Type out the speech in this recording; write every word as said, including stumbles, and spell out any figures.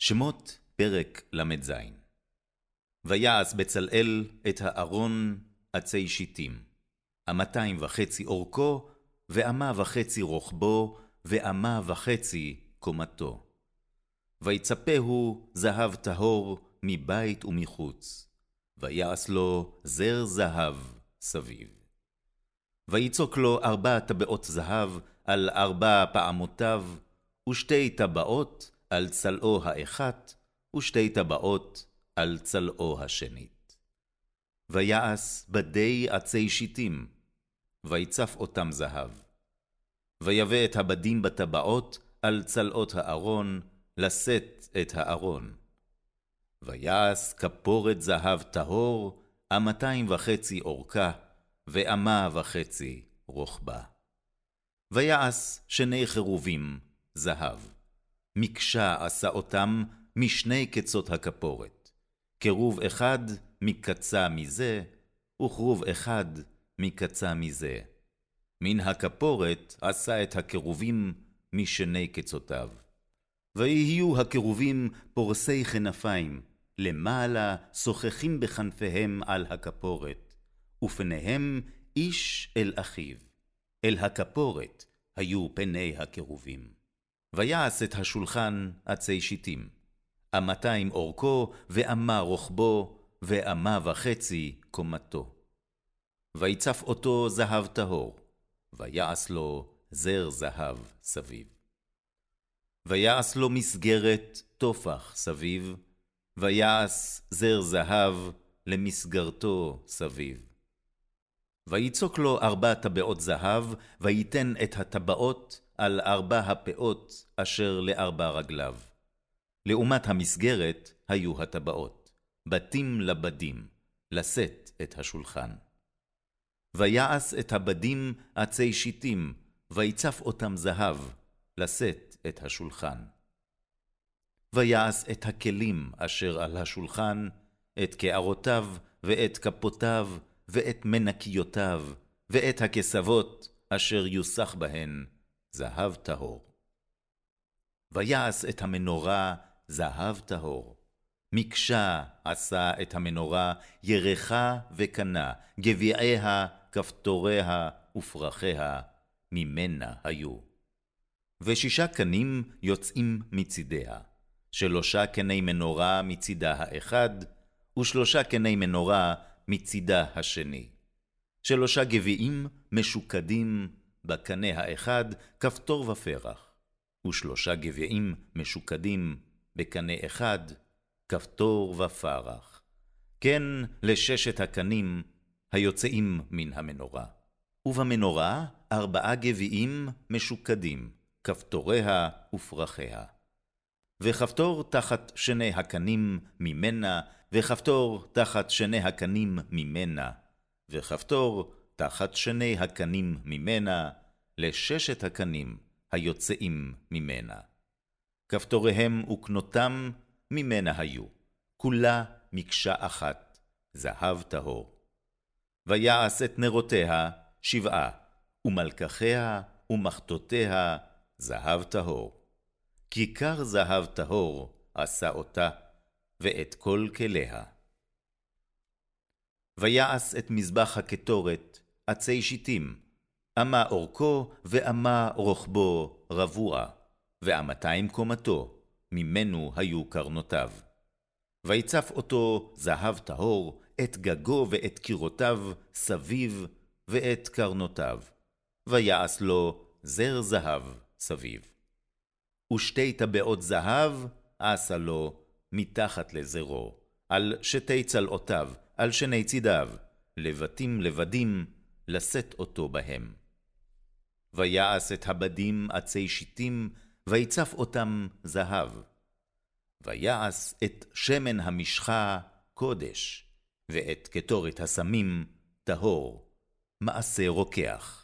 שמות פרק למד זין. ויעש בצלאל את הארון עצי שיטים, אמתיים וחצי אורכו, ואמה וחצי רוחבו, ואמה וחצי קומתו. ויצפהו זהב טהור מבית ומחוץ, ויעש לו זר זהב סביב. ויצוק לו ארבע טבעות זהב על ארבע פעמותיו, ושתי טבעות על צלעו האחת, ושתי טבעות על צלעו השנית. ויעש בדי עצי שיטים, ויצף אותם זהב. ויבא את הבדים בטבעות על צלעות הארון, לשאת את הארון. ויעש כפורת זהב טהור, אמתיים וחצי אורכה, ואמה וחצי רוחבה. ויעש שני חרובים זהב. מקשה עשה אותם משני קצות הכפורת, כרוב אחד מקצה מזה, וכרוב אחד מקצה מזה. מן הכפורת עשה את הכרובים משני קצותיו. ויהיו הכרובים פורסי כנפיים, למעלה שוחחים בכנפיהם על הכפורת, ופניהם איש אל אחיו. אל הכפורת היו פני הכרובים. ויעש את השולחן עצי שיטים, אמתיים אורכו, ואמה רוחבו, ואמה וחצי קומתו. ויצף אותו זהב טהור, ויעש לו זר זהב סביב. ויעש לו מסגרת תופח סביב, ויעש זר זהב למסגרתו סביב. ויצוק לו ארבע טבעות זהב, ויתן את הטבעות על ארבע הפאות אשר לארבע רגליו. לעומת המסגרת היו הטבעות, בתים לבדים, לשאת את השולחן. ויעש את הבדים עצי שיטים, ויצף אותם זהב, לשאת את השולחן. ויעש את הכלים אשר על השולחן, את קערותיו ואת כפותיו ואת מנקיותיו, ואת הכסבות אשר יוסח בהן זהב טהור. ויעש את המנורה זהב טהור. מקשה עשה את המנורה, ירחה וקנה, גביעיה, כפתוריה ופרחיה, ממנה היו. ושישה קנים יוצאים מצידיה, שלושה קני מנורה מצידה האחד, ושלושה קני מנורה מצידה השני. שלושה גביעים משוקדים בקנה האחד, כפתור ופרח, ושלושה גביעים משוקדים בקנה אחד, כפתור ופרח. כן לששת הקנים היוצאים מן המנורה. ובמנורה ארבעה גביעים משוקדים, כפתוריה ופרחיה. וכפתור תחת שני הקנים ממנה, וכפתור תחת שני הקנים ממנה, וכפתור תחת שני הקנים ממנה, לששת הקנים היוצאים ממנה. כפתוריהם וקנותם ממנה היו, כולה מקשה אחת, זהב טהור. ויעש את נרותיה שבעה, ומלקחיה ומחתותיה זהב טהור. כיכר זהב טהור עשה אותה, ואת כל כליה. ויעש את מזבח הקטורת עצי שיטים, אמה אורכו ואמה רוחבו רבוע, ואמתיים קומתו, ממנו היו קרנותיו. ויצף אותו זהב טהור, את גגו ואת קירותיו סביב, ואת קרנותיו. ויעש לו זר זהב סביב. ושתי טבעות זהב עשה לו מתחת לזרו, על שתי צלעותיו, על שני צידיו, לבטים לבדים, לשאת אותו בהם. ויעש את הבדים עצי שיטים, ויצף אותם זהב. ויעש את שמן המשחה קודש, ואת קטורת הסמים טהור, מעשה רוקח.